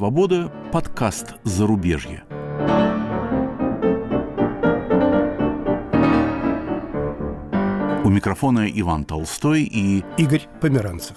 свобода» – подкаст «Зарубежье». У микрофона Иван Толстой и Игорь Померанцев.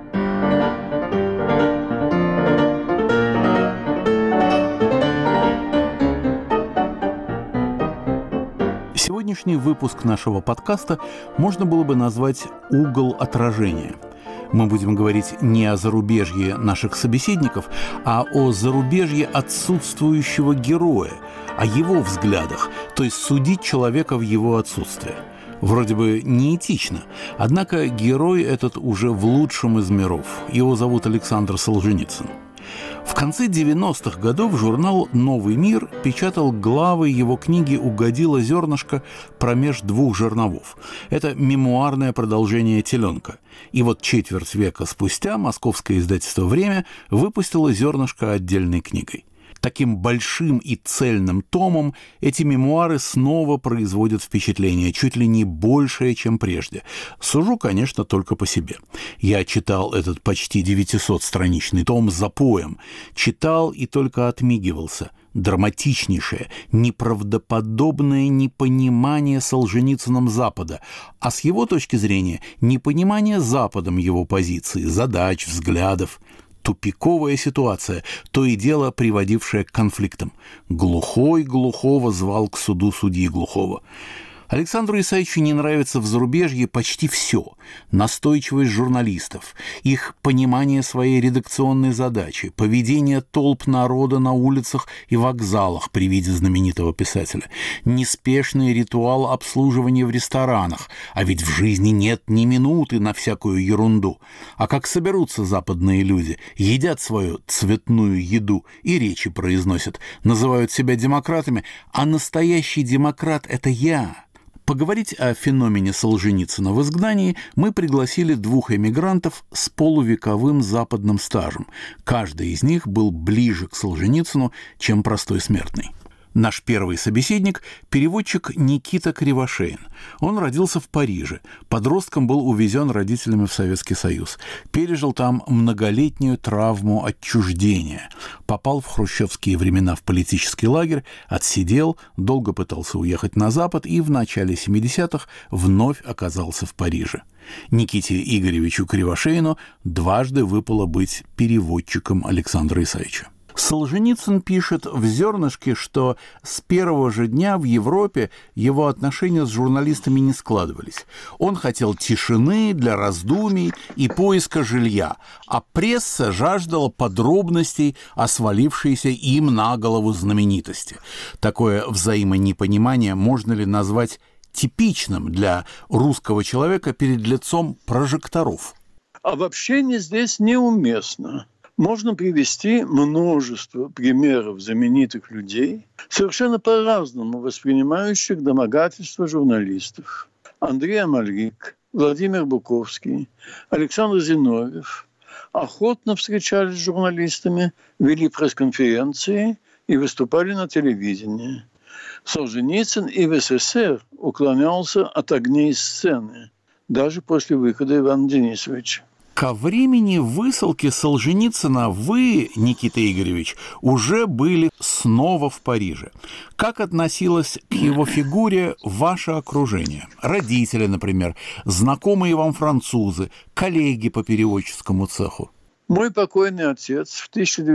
Сегодняшний выпуск нашего подкаста можно было бы назвать «Угол отражения». Мы будем говорить не о зарубежье наших собеседников, а о зарубежье отсутствующего героя, о его взглядах, то есть судить человека в его отсутствие. Вроде бы неэтично, однако герой этот уже в лучшем из миров. Его зовут Александр Солженицын. В конце 90-х годов журнал «Новый мир» печатал главы его книги «Угодило зернышко промеж двух жерновов». Это мемуарное продолжение «Теленка». И вот четверть века спустя московское издательство «Время» выпустило «Зернышко» отдельной книгой. Таким большим и цельным томом эти мемуары снова производят впечатление, чуть ли не большее, чем прежде. Сужу, конечно, только по себе. Я читал этот почти 900-страничный том запоем. Читал и только отмигивался. Драматичнейшее, неправдоподобное непонимание Солженицыным Запада, а с его точки зрения непонимание Западом его позиции, задач, взглядов. Тупиковая ситуация, то и дело приводившая к конфликтам. Глухой глухого звал к суду судьи глухого. Александру Исаевичу не нравится в зарубежье почти все. Настойчивость журналистов, их понимание своей редакционной задачи, поведение толп народа на улицах и вокзалах при виде знаменитого писателя, неспешный ритуал обслуживания в ресторанах, а ведь в жизни нет ни минуты на всякую ерунду. А как соберутся западные люди, едят свою цветную еду и речи произносят, называют себя демократами, а настоящий демократ – это я. Поговорить о феномене Солженицына в изгнании мы пригласили двух эмигрантов с полувековым западным стажем. Каждый из них был ближе к Солженицыну, чем простой смертный. Наш первый собеседник – переводчик Никита Кривошеин. Он родился в Париже. Подростком был увезен родителями в Советский Союз. Пережил там многолетнюю травму отчуждения. Попал в хрущевские времена в политический лагерь, отсидел, долго пытался уехать на Запад и в начале 70-х вновь оказался в Париже. Никите Игоревичу Кривошеину дважды выпало быть переводчиком Александра Исаевича. Солженицын пишет в «Зернышке», что с первого же дня в Европе его отношения с журналистами не складывались. Он хотел тишины для раздумий и поиска жилья, а пресса жаждала подробностей о свалившейся им на голову знаменитости. Такое взаимонепонимание можно ли назвать типичным для русского человека перед лицом прожекторов? Обобщение здесь неуместно. Можно привести множество примеров знаменитых людей, совершенно по-разному воспринимающих домогательства журналистов. Андрей Амальрик, Владимир Буковский, Александр Зиновьев охотно встречались с журналистами, вели пресс-конференции и выступали на телевидении. Солженицын и в СССР уклонялся от огней сцены, даже после выхода Ивана Денисовича. Ко времени высылки Солженицына вы, Никита Игоревич, уже были снова в Париже. Как относилось к его фигуре ваше окружение? Родители, например, знакомые вам французы, коллеги по переводческому цеху? Мой покойный отец в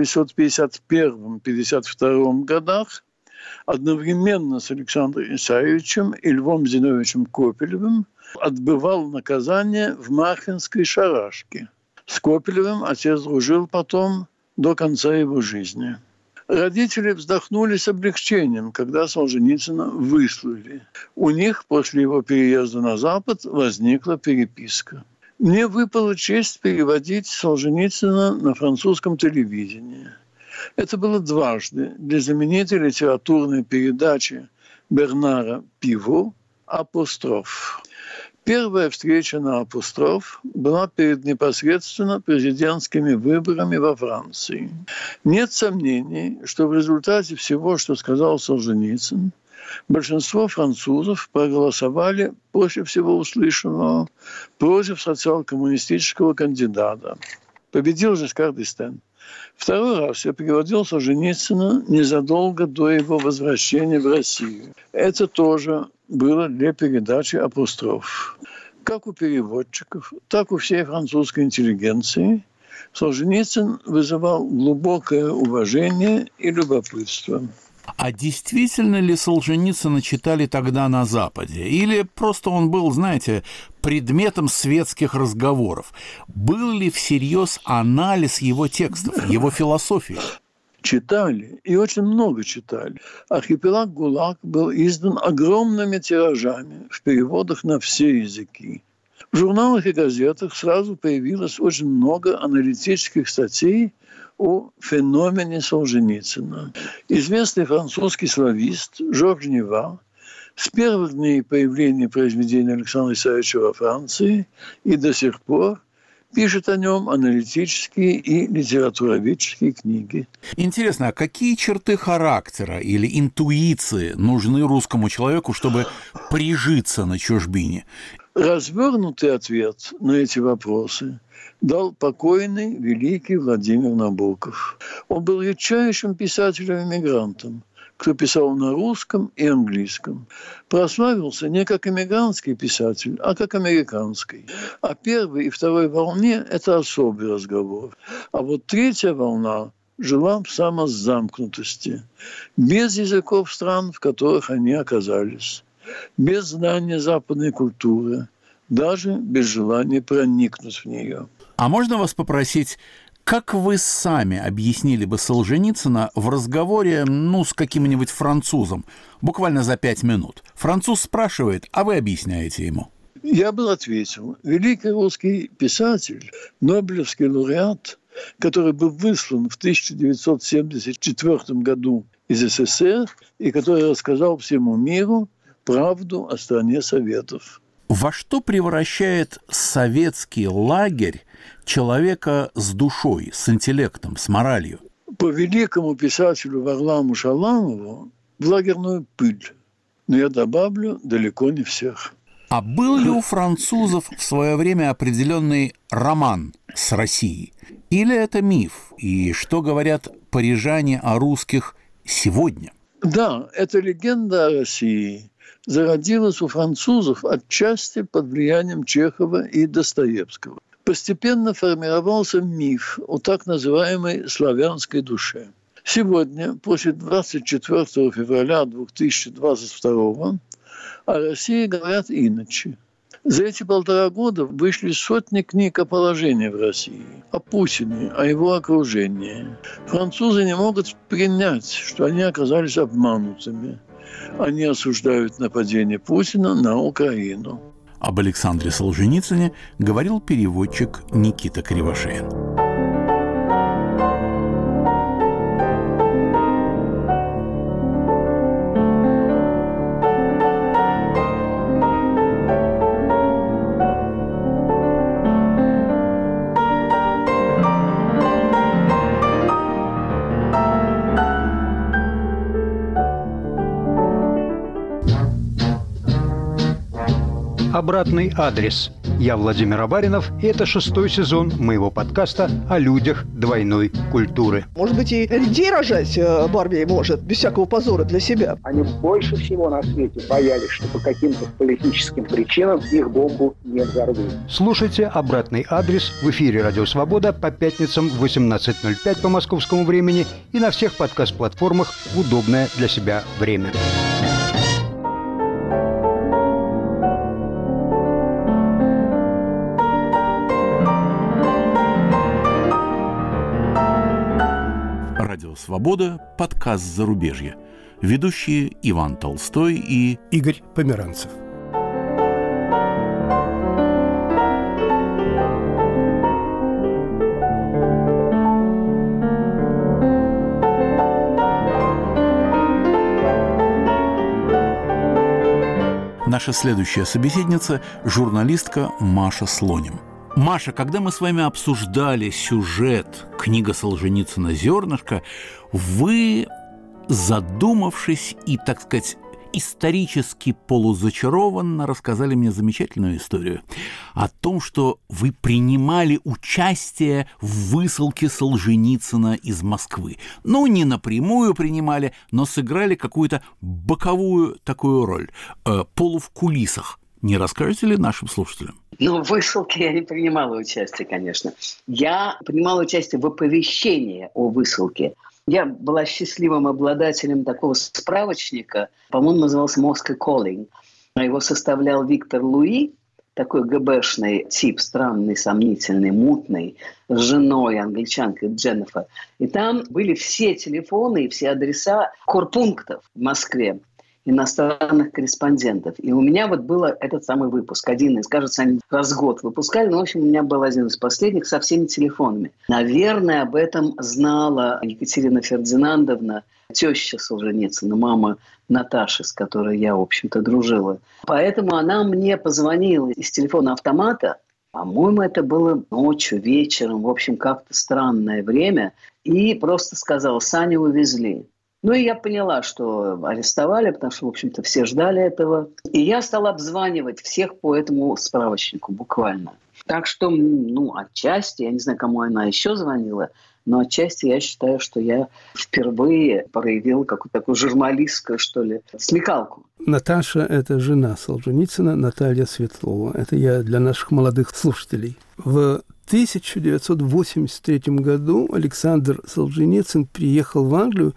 1951-1952 годах одновременно с Александром Исаевичем и Львом Зиновьевичем Копелевым отбывал наказание в Махинской шарашке. С Копелевым отец дружил потом до конца его жизни. Родители вздохнули с облегчением, когда Солженицына выслали. У них после его переезда на Запад возникла переписка. Мне выпала честь переводить Солженицына на французском телевидении. Это было дважды для знаменитой литературной передачи Бернара Пиво «Апостроф». Первая встреча на «Апостроф» была перед непосредственно президентскими выборами во Франции. Нет сомнений, что в результате всего, что сказал Солженицын, большинство французов проголосовали, после всего услышанного, против социал-коммунистического кандидата. Победил Жискар д'Эстен. Второй раз я переводил Солженицына незадолго до его возвращения в Россию. Это тоже было для передачи апостроф. Как у переводчиков, так у всей французской интеллигенции Солженицын вызывал глубокое уважение и любопытство. А действительно ли Солженицына читали тогда на Западе? Или просто он был, знаете, предметом светских разговоров? Был ли всерьез анализ его текстов, его философии? Читали, и очень много читали. «Архипелаг ГУЛАГ» был издан огромными тиражами в переводах на все языки. В журналах и газетах сразу появилось очень много аналитических статей о феномене Солженицына. Известный французский славист Жорж Нева с первых дней появления произведения Александра Исаевича во Франции и до сих пор пишет о нем аналитические и литературоведческие книги. Интересно, а какие черты характера или интуиции нужны русскому человеку, чтобы прижиться на чужбине? Развернутый ответ на эти вопросы дал покойный великий Владимир Набоков. Он был редчайшим писателем-эмигрантом, кто писал на русском и английском. Прославился не как эмигрантский писатель, а как американский. О первой и второй волне – это особый разговор. А вот третья волна жила в самозамкнутости, без языков стран, в которых они оказались, без знания западной культуры, даже без желания проникнуть в нее. А можно вас попросить, как вы сами объяснили бы Солженицына в разговоре, с каким-нибудь французом, буквально за 5 минут? Француз спрашивает, а вы объясняете ему. Я бы ответил, великий русский писатель, нобелевский лауреат, который был выслан в 1974 году из СССР и который рассказал всему миру правду о стране Советов. Во что превращает советский лагерь человека с душой, с интеллектом, с моралью? По великому писателю Варламу Шаламову в лагерную пыль. Но я добавлю, далеко не всех. А был ли у французов в свое время определенный роман с Россией? Или это миф? И что говорят парижане о русских сегодня? Да, эта легенда о России зародилась у французов отчасти под влиянием Чехова и Достоевского. Постепенно формировался миф о так называемой славянской душе. Сегодня, после 24 февраля 2022, о России говорят иначе. За эти 1,5 года вышли сотни книг о положении в России, о Путине, о его окружении. Французы не могут принять, что они оказались обманутыми. Они осуждают нападение Путина на Украину. Об Александре Солженицыне говорил переводчик Никита Кривошеин. «Обратный адрес». Я Владимир Абаринов, и это 6-й сезон моего подкаста о людях двойной культуры. Может быть, и людей рожать Барби может, без всякого позора для себя. Они больше всего на свете боялись, что по каким-то политическим причинам их бомбу не взорвут. Слушайте «Обратный адрес» в эфире «Радио Свобода» по пятницам в 18:05 по московскому времени и на всех подкаст-платформах в удобное для себя время. Радио «Свобода», подкаст «Зарубежье». Ведущие Иван Толстой и Игорь Померанцев. Наша следующая собеседница – журналистка Маша Слоним. Маша, когда мы с вами обсуждали сюжет книги Солженицына «Зернышко», вы, задумавшись и, так сказать, исторически полузачарованно рассказали мне замечательную историю о том, что вы принимали участие в высылке Солженицына из Москвы. Ну, не напрямую принимали, но сыграли какую-то боковую такую роль, полу в кулисах. Не расскажете ли нашим слушателям? Ну, в высылке я не принимала участие, конечно. Я принимала участие в оповещении о высылке. Я была счастливым обладателем такого справочника, по-моему, назывался «Moscow Calling». Его составлял Виктор Луи, такой ГБшный тип, странный, сомнительный, мутный, с женой, англичанкой Дженнифер. И там были все телефоны и все адреса корпунктов в Москве, иностранных корреспондентов. И у меня вот был этот самый выпуск. Один из, кажется, они раз в год выпускали. Но, в общем, у меня был один из последних со всеми телефонами. Наверное, об этом знала Екатерина Фердинандовна, теща Солженицына, мама Наташи, с которой я, в общем-то, дружила. Поэтому она мне позвонила из телефона автомата. По-моему, это было ночью, вечером, в общем, как-то странное время. И просто сказала: Саню увезли. Ну, и я поняла, что арестовали, потому что, в общем-то, все ждали этого. И я стала обзванивать всех по этому справочнику буквально. Так что, ну, отчасти, я не знаю, кому она еще звонила, но отчасти я считаю, что я впервые проявила какую-то такую журналистскую, что ли, смекалку. Наташа – это жена Солженицына, Наталья Светлова. Это я для наших молодых слушателей. В 1983 году Александр Солженицын приехал в Англию,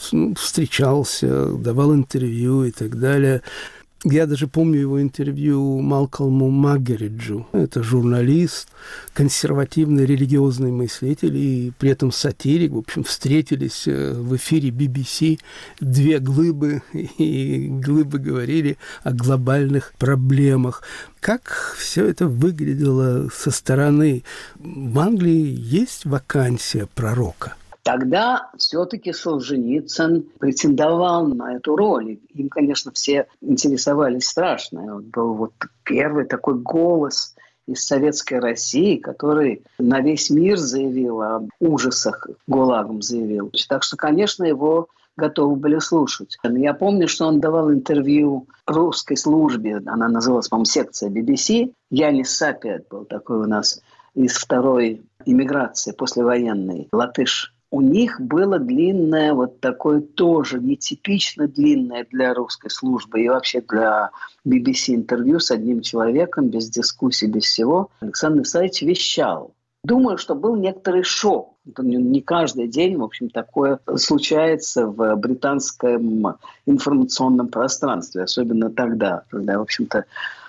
встречался, давал интервью и так далее. Я даже помню его интервью Малкольму Маггериджу. Это журналист, консервативный религиозный мыслитель и при этом сатирик. В общем, встретились в эфире BBC две глыбы, и глыбы говорили о глобальных проблемах. Как все это выглядело со стороны? В Англии есть вакансия пророка? Тогда все-таки Солженицын претендовал на эту роль. Им, конечно, все интересовались страшно. Он был вот первый такой голос из советской России, который на весь мир заявил о ужасах ГУЛАГом заявил. Так что, конечно, его готовы были слушать. Я помню, что он давал интервью русской службе, она называлась, по-моему, секция BBC. Янис Сапиет был такой у нас из второй иммиграции послевоенной, латыш. У них было длинное, вот такое тоже нетипично длинное для русской службы и вообще для BBC интервью с одним человеком, без дискуссий, без всего. Александр Исаевич вещал. Думаю, что был некоторый шок. Не каждый день, в общем, такое случается в британском информационном пространстве, особенно тогда, когда, в общем-то,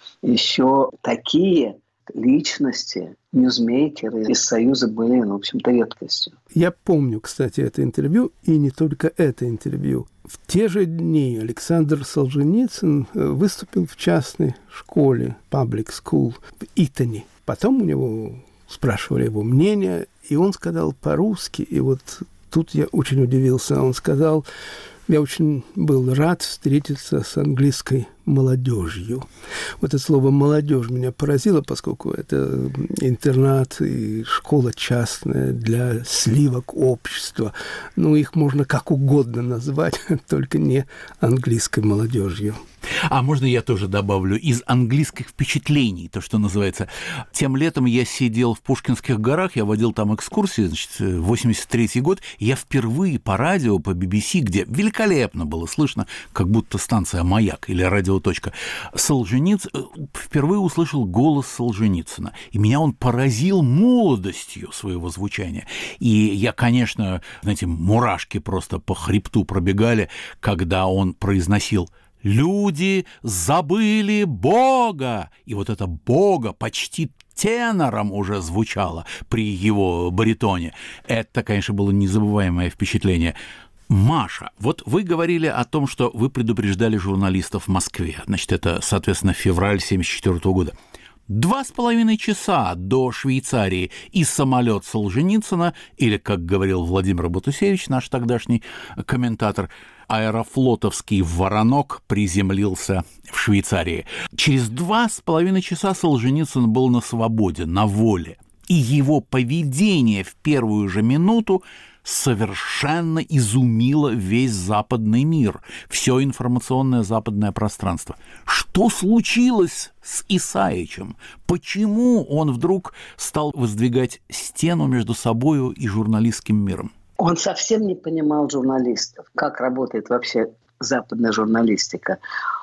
еще такие личности, ньюсмейкеры из Союза были, в общем-то, редкостью. Я помню, кстати, это интервью, и не только это интервью. В те же дни Александр Солженицын выступил в частной школе, public school, в Итоне. Потом у него спрашивали его мнение, и он сказал по-русски, и вот тут я очень удивился. Он сказал: я очень был рад встретиться с английской молодежью. Вот это слово «молодежь» меня поразило, поскольку это интернат и школа частная для сливок общества. Ну, их можно как угодно назвать, только не английской молодежью. А можно я тоже добавлю из английских впечатлений, то, что называется. Тем летом я сидел в Пушкинских горах, я водил там экскурсии, значит, 83-й год, и я впервые по радио, по BBC, где великолепно было слышно, как будто станция «Маяк» или радиоточка, впервые услышал голос Солженицына. И меня он поразил молодостью своего звучания. И я, конечно, знаете, мурашки просто по хребту пробегали, когда он произносил: «Люди забыли Бога!» И вот это «Бога» почти тенором уже звучало при его баритоне. Это, конечно, было незабываемое впечатление. Маша, вот вы говорили о том, что вы предупреждали журналистов в Москве. Значит, это, соответственно, февраль 1974 года. 2,5 часа до Швейцарии и самолет Солженицына, или, как говорил Владимир Батусевич, наш тогдашний комментатор, аэрофлотовский «Воронок» приземлился в Швейцарии. Через 2,5 часа Солженицын был на свободе, на воле. И его поведение в первую же минуту совершенно изумило весь западный мир, все информационное западное пространство. Что случилось с Исаевичем? Почему он вдруг стал воздвигать стену между собою и журналистским миром? Он совсем не понимал журналистов, как работает вообще западная журналистика.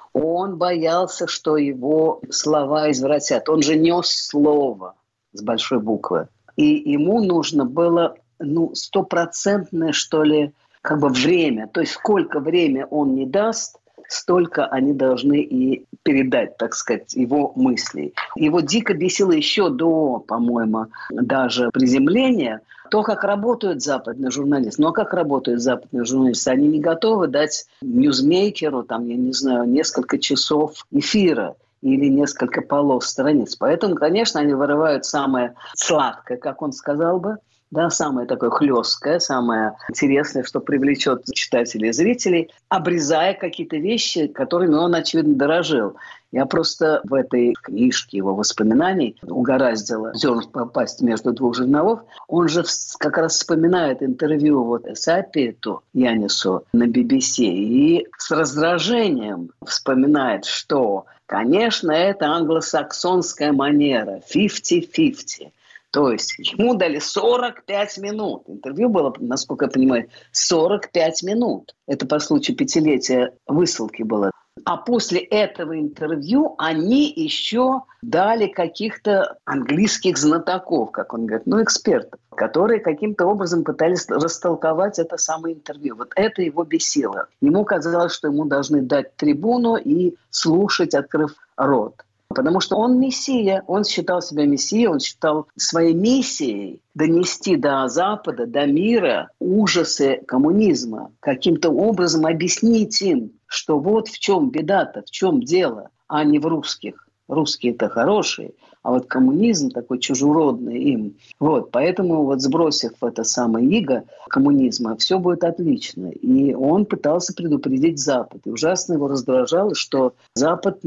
Он боялся, что его слова извратят. Он же нес слово с большой буквы. И ему нужно было стопроцентное, что ли, как бы время. То есть сколько время он не даст, столько они должны и передать, так сказать, его мысли. Его дико бесило еще до, по-моему, даже приземления то, как работают западные журналисты. Ну, а как работают западные журналисты? Они не готовы дать ньюзмейкеру, там, я не знаю, несколько часов эфира или несколько полос страниц. Поэтому, конечно, они вырывают самое сладкое, как он сказал бы, да, самое такое хлесткое, самое интересное, что привлечет читателей и зрителей, обрезая какие-то вещи, которыми он, очевидно, дорожил. Я просто в этой книжке его воспоминаний угораздило попасть между двух жерновов. Он же как раз вспоминает интервью Сапиету Янису на BBC и с раздражением вспоминает, что, конечно, это англосаксонская манера, 50-50. То есть ему дали 45 минут. Интервью было, насколько я понимаю, 45 минут. Это по случаю 5-летия высылки было. А после этого интервью они еще дали каких-то английских знатоков, как он говорит, экспертов, которые каким-то образом пытались растолковать это самое интервью. Вот это его бесило. Ему казалось, что ему должны дать трибуну и слушать, открыв рот. Потому что он мессия, он считал себя мессией, он считал своей миссией донести до Запада, до мира ужасы коммунизма, каким-то образом объяснить им, что вот в чем беда-то, в чем дело, а не в русских. Русские-то хорошие, а вот коммунизм такой чужеродный им. Поэтому сбросив это самое иго коммунизма, все будет отлично. И он пытался предупредить Запад. И ужасно его раздражало, что Запад,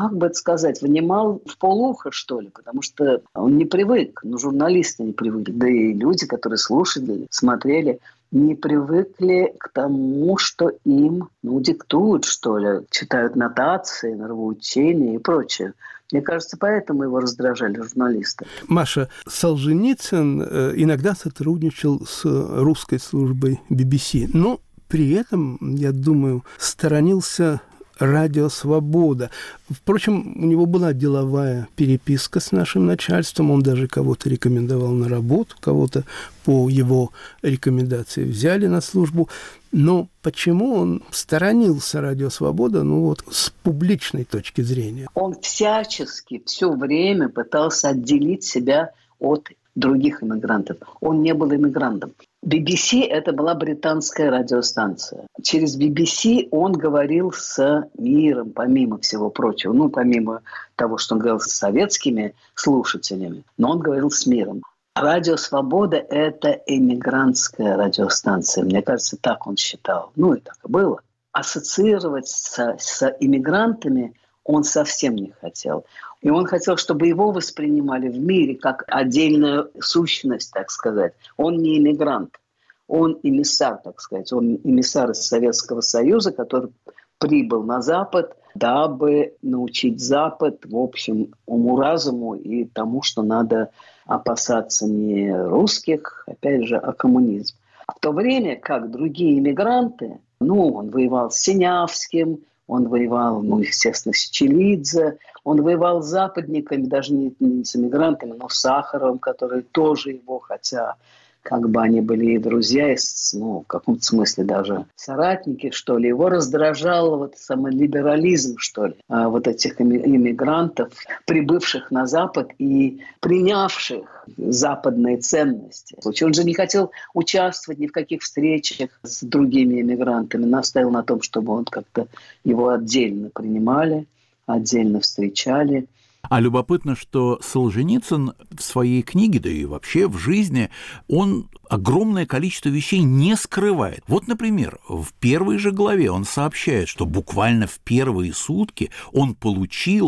внимал в полуха, что ли, потому что он не привык, журналисты не привыкли, да и люди, которые слушали, смотрели, не привыкли к тому, что им диктуют, что ли, читают нотации, нравоучения и прочее. Мне кажется, поэтому его раздражали журналисты. Маша, Солженицын иногда сотрудничал с русской службой BBC, но при этом, я думаю, сторонился «Радио Свобода». Впрочем, у него была деловая переписка с нашим начальством, он даже кого-то рекомендовал на работу, кого-то по его рекомендации взяли на службу. Но почему он сторонился «Радио Свобода», с публичной точки зрения? Он всячески все время пытался отделить себя от других иммигрантов. Он не был иммигрантом. BBC – это была британская радиостанция. Через BBC он говорил с миром, помимо всего прочего. Помимо того, что он говорил с советскими слушателями, но он говорил с миром. Радио «Свобода» – это эмигрантская радиостанция. Мне кажется, так он считал. И так и было. Ассоциировать с иммигрантами он совсем не хотел. И он хотел, чтобы его воспринимали в мире как отдельную сущность, так сказать. Он не иммигрант, он эмиссар, так сказать. Он эмиссар из Советского Союза, который прибыл на Запад, дабы научить Запад, в общем, уму-разуму и тому, что надо опасаться не русских, опять же, а коммунизм. В то время как другие иммигранты, он воевал с Синявским, он воевал, естественно, с Челидзе, он воевал с западниками, даже не с иммигрантами, но с Сахаровым, который тоже его, хотя как бы они были и друзья, и, в каком-то смысле даже соратники, что ли. Его раздражал самый либерализм, что ли, этих иммигрантов, прибывших на Запад и принявших западные ценности. Он же не хотел участвовать ни в каких встречах с другими иммигрантами, настоял на том, чтобы он как-то его отдельно принимали, отдельно встречали. А любопытно, что Солженицын в своей книге, да и вообще в жизни, он огромное количество вещей не скрывает. Например, в первой же главе он сообщает, что буквально в первые сутки он получил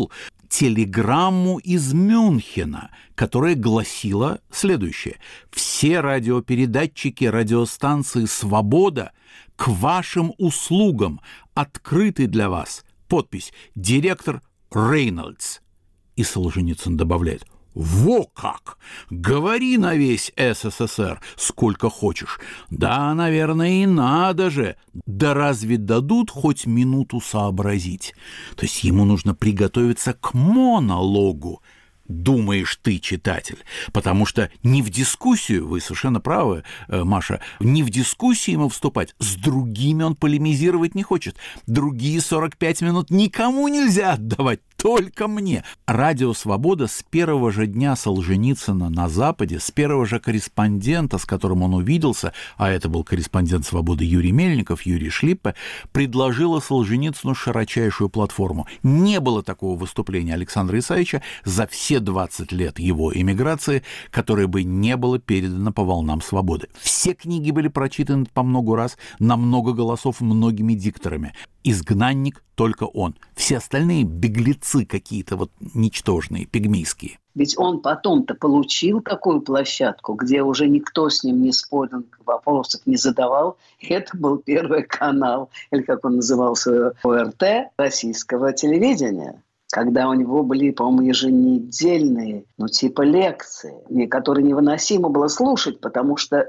телеграмму из Мюнхена, которая гласила следующее: «Все радиопередатчики радиостанции «Свобода» к вашим услугам, открыты для вас». Подпись: директор Рейнольдс. И Солженицын добавляет: «Во как! Говори на весь СССР сколько хочешь. Да, наверное, и надо же. Да разве дадут хоть минуту сообразить?» То есть ему нужно приготовиться к монологу. Думаешь ты, читатель, потому что не в дискуссию, вы совершенно правы, Маша, не в дискуссии ему вступать, с другими он полемизировать не хочет. Другие 45 минут никому нельзя отдавать, только мне. Радио «Свобода» с первого же дня Солженицына на Западе, с первого же корреспондента, с которым он увиделся, а это был корреспондент «Свободы» Юрий Мельников, Юрий Шлиппе, предложила Солженицыну широчайшую платформу. Не было такого выступления Александра Исаевича за все 20 лет его эмиграции, которое бы не было передано по волнам «Свободы». Все книги были прочитаны по много раз, на много голосов многими дикторами. Изгнанник только он. Все остальные беглецы какие-то вот ничтожные, пигмейские. Ведь он потом-то получил такую площадку, где уже никто с ним не спорил, вопросов не задавал. Это был Первый канал, или как он назывался, ОРТ, российского телевидения. Когда у него были, по-моему, еженедельные, типа лекции, которые невыносимо было слушать, потому что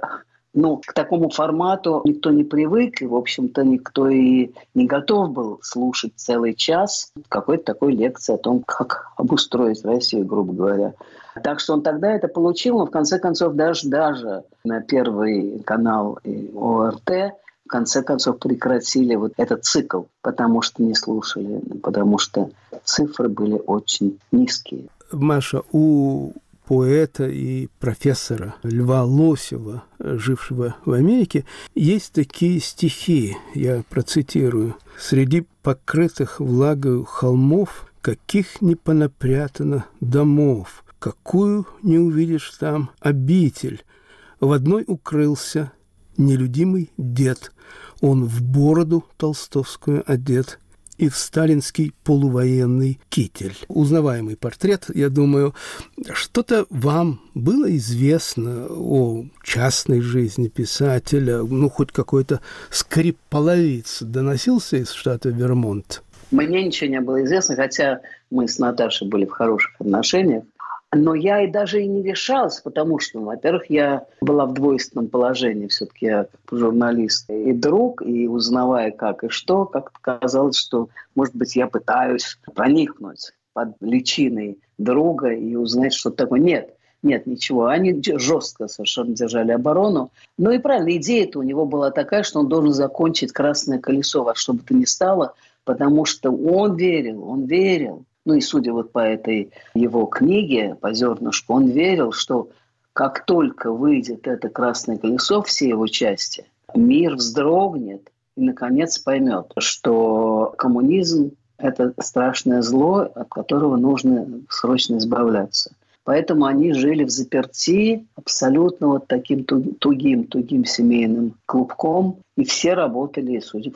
к такому формату никто не привык, и, в общем-то, никто и не готов был слушать целый час какой-то такой лекции о том, как обустроить Россию, грубо говоря. Так что он тогда это получил, но в конце концов даже на Первый канал и ОРТ в конце концов прекратили вот этот цикл, потому что не слушали, потому что цифры были очень низкие. Маша, у поэта и профессора Льва Лосева, жившего в Америке, есть такие стихи, я процитирую: «Среди покрытых влагою холмов, каких не понапрятано домов, какую не увидишь там обитель. В одной укрылся нелюдимый дед, он в бороду толстовскую одет и в сталинский полувоенный китель». Узнаваемый портрет, я думаю. Что-то вам было известно о частной жизни писателя? Хоть какой-то скрипполовиц доносился из штата Вермонт? Мне ничего не было известно, хотя мы с Наташей были в хороших отношениях. Но я даже и не решалась, потому что, во-первых, я была в двойственном положении. Все-таки я как журналист и друг, и узнавая как и что, как-то казалось, что, может быть, я пытаюсь проникнуть под личиной друга и узнать, что такое. Нет, ничего. Они жестко совершенно держали оборону. И правильно, идея-то у него была такая, что он должен закончить «Красное колесо» во что бы то ни стало, потому что он верил. И судя по этой его книге, по зернышку, он верил, что как только выйдет это «Красное колесо», все его части, мир вздрогнет и, наконец, поймет, что коммунизм – это страшное зло, от которого нужно срочно избавляться. Поэтому они жили в заперти абсолютно таким тугим семейным клубком. И все работали,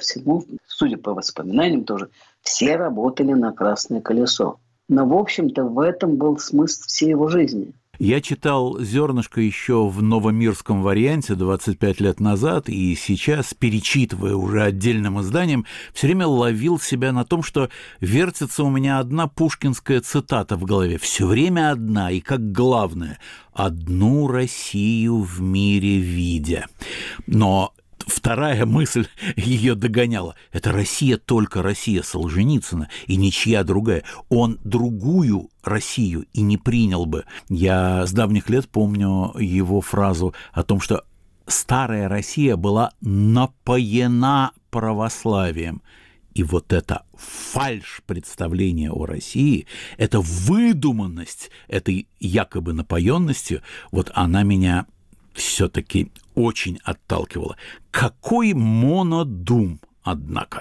судя по воспоминаниям тоже, все работали на «Красное колесо». Но, в общем-то, в этом был смысл всей его жизни. Я читал «Зернышко» еще в новомирском варианте 25 лет назад, и сейчас, перечитывая уже отдельным изданием, все время ловил себя на том, что вертится у меня одна пушкинская цитата в голове. Все время одна, и как главное: «Одну Россию в мире видя». Но вторая мысль ее догоняла. Это Россия, только Россия Солженицына, и ничья другая. Он другую Россию и не принял бы. Я с давних лет помню его фразу о том, что старая Россия была напоена православием. И вот это фальшь представления о России, эта выдуманность этой якобы напоенностью, вот она меня все-таки очень отталкивала. Какой монодум, однако.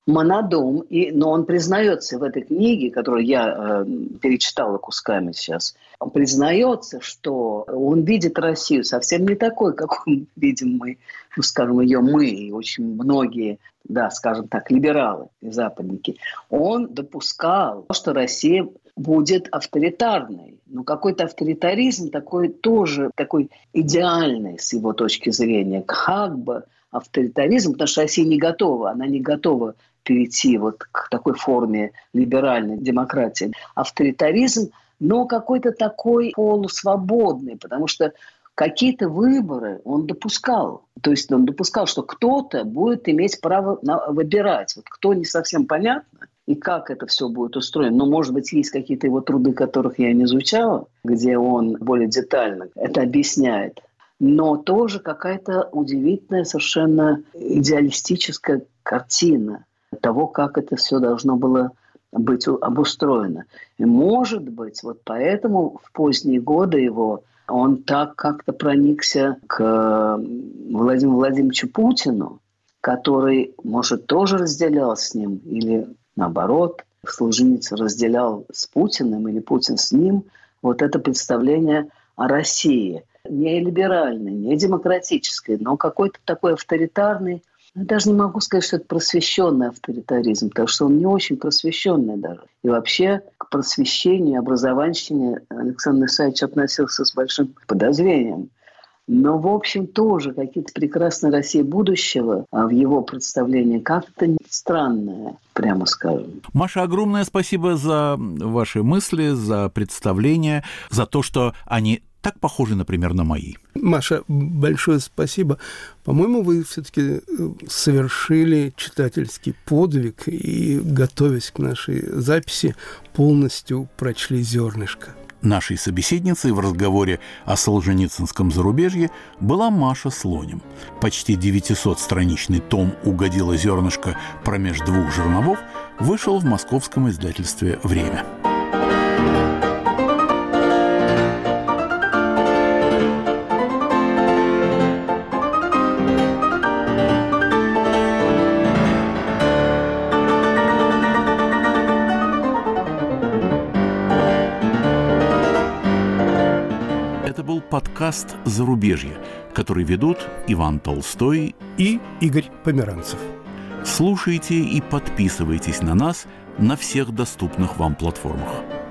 Монодом, но он признается в этой книге, которую я перечитала кусками сейчас, он признается, что он видит Россию совсем не такой, как видим мы, скажем, ее мы и очень многие, да, скажем так, либералы и западники. Он допускал, что Россия будет авторитарной. Но какой-то авторитаризм такой тоже, такой идеальный с его точки зрения, как бы авторитаризм, потому что Россия не готова, она не готова перейти вот к такой форме либеральной демократии. Авторитаризм, но какой-то такой полусвободный, потому что какие-то выборы он допускал. То есть он допускал, что кто-то будет иметь право выбирать. Вот кто, не совсем понятно, и как это все будет устроено. Но, может быть, есть какие-то его труды, которых я не изучала, где он более детально это объясняет. Но тоже какая-то удивительная, совершенно идеалистическая картина того, как это все должно было быть обустроено. И, может быть, вот поэтому в поздние годы его он так как-то проникся к Владимиру Владимировичу Путину, который, может, тоже разделял с ним, или наоборот, Солженицын разделял с Путиным, или Путин с ним, вот это представление о России. Не либеральной, не демократической, но какой-то такой авторитарный. Я даже не могу сказать, что это просвещенный авторитаризм, потому что он не очень просвещенный даже. И вообще к просвещению, образованщине Александр Исаевич относился с большим подозрением. Но, в общем, тоже какие-то прекрасные России будущего в его представлении как-то странное, прямо скажем. Маша, огромное спасибо за ваши мысли, за представления, за то, что они так похожи, например, на мои. Маша, большое спасибо. По-моему, вы все-таки совершили читательский подвиг и, готовясь к нашей записи, полностью прочли «Зернышко». Нашей собеседницей в разговоре о солженицынском зарубежье была Маша Слоним. Почти 900-страничный том «Угодило зернышко промеж двух жерновов» вышел в московском издательстве «Время». Подкаст «Зарубежье», который ведут Иван Толстой и Игорь Померанцев. Слушайте и подписывайтесь на нас на всех доступных вам платформах.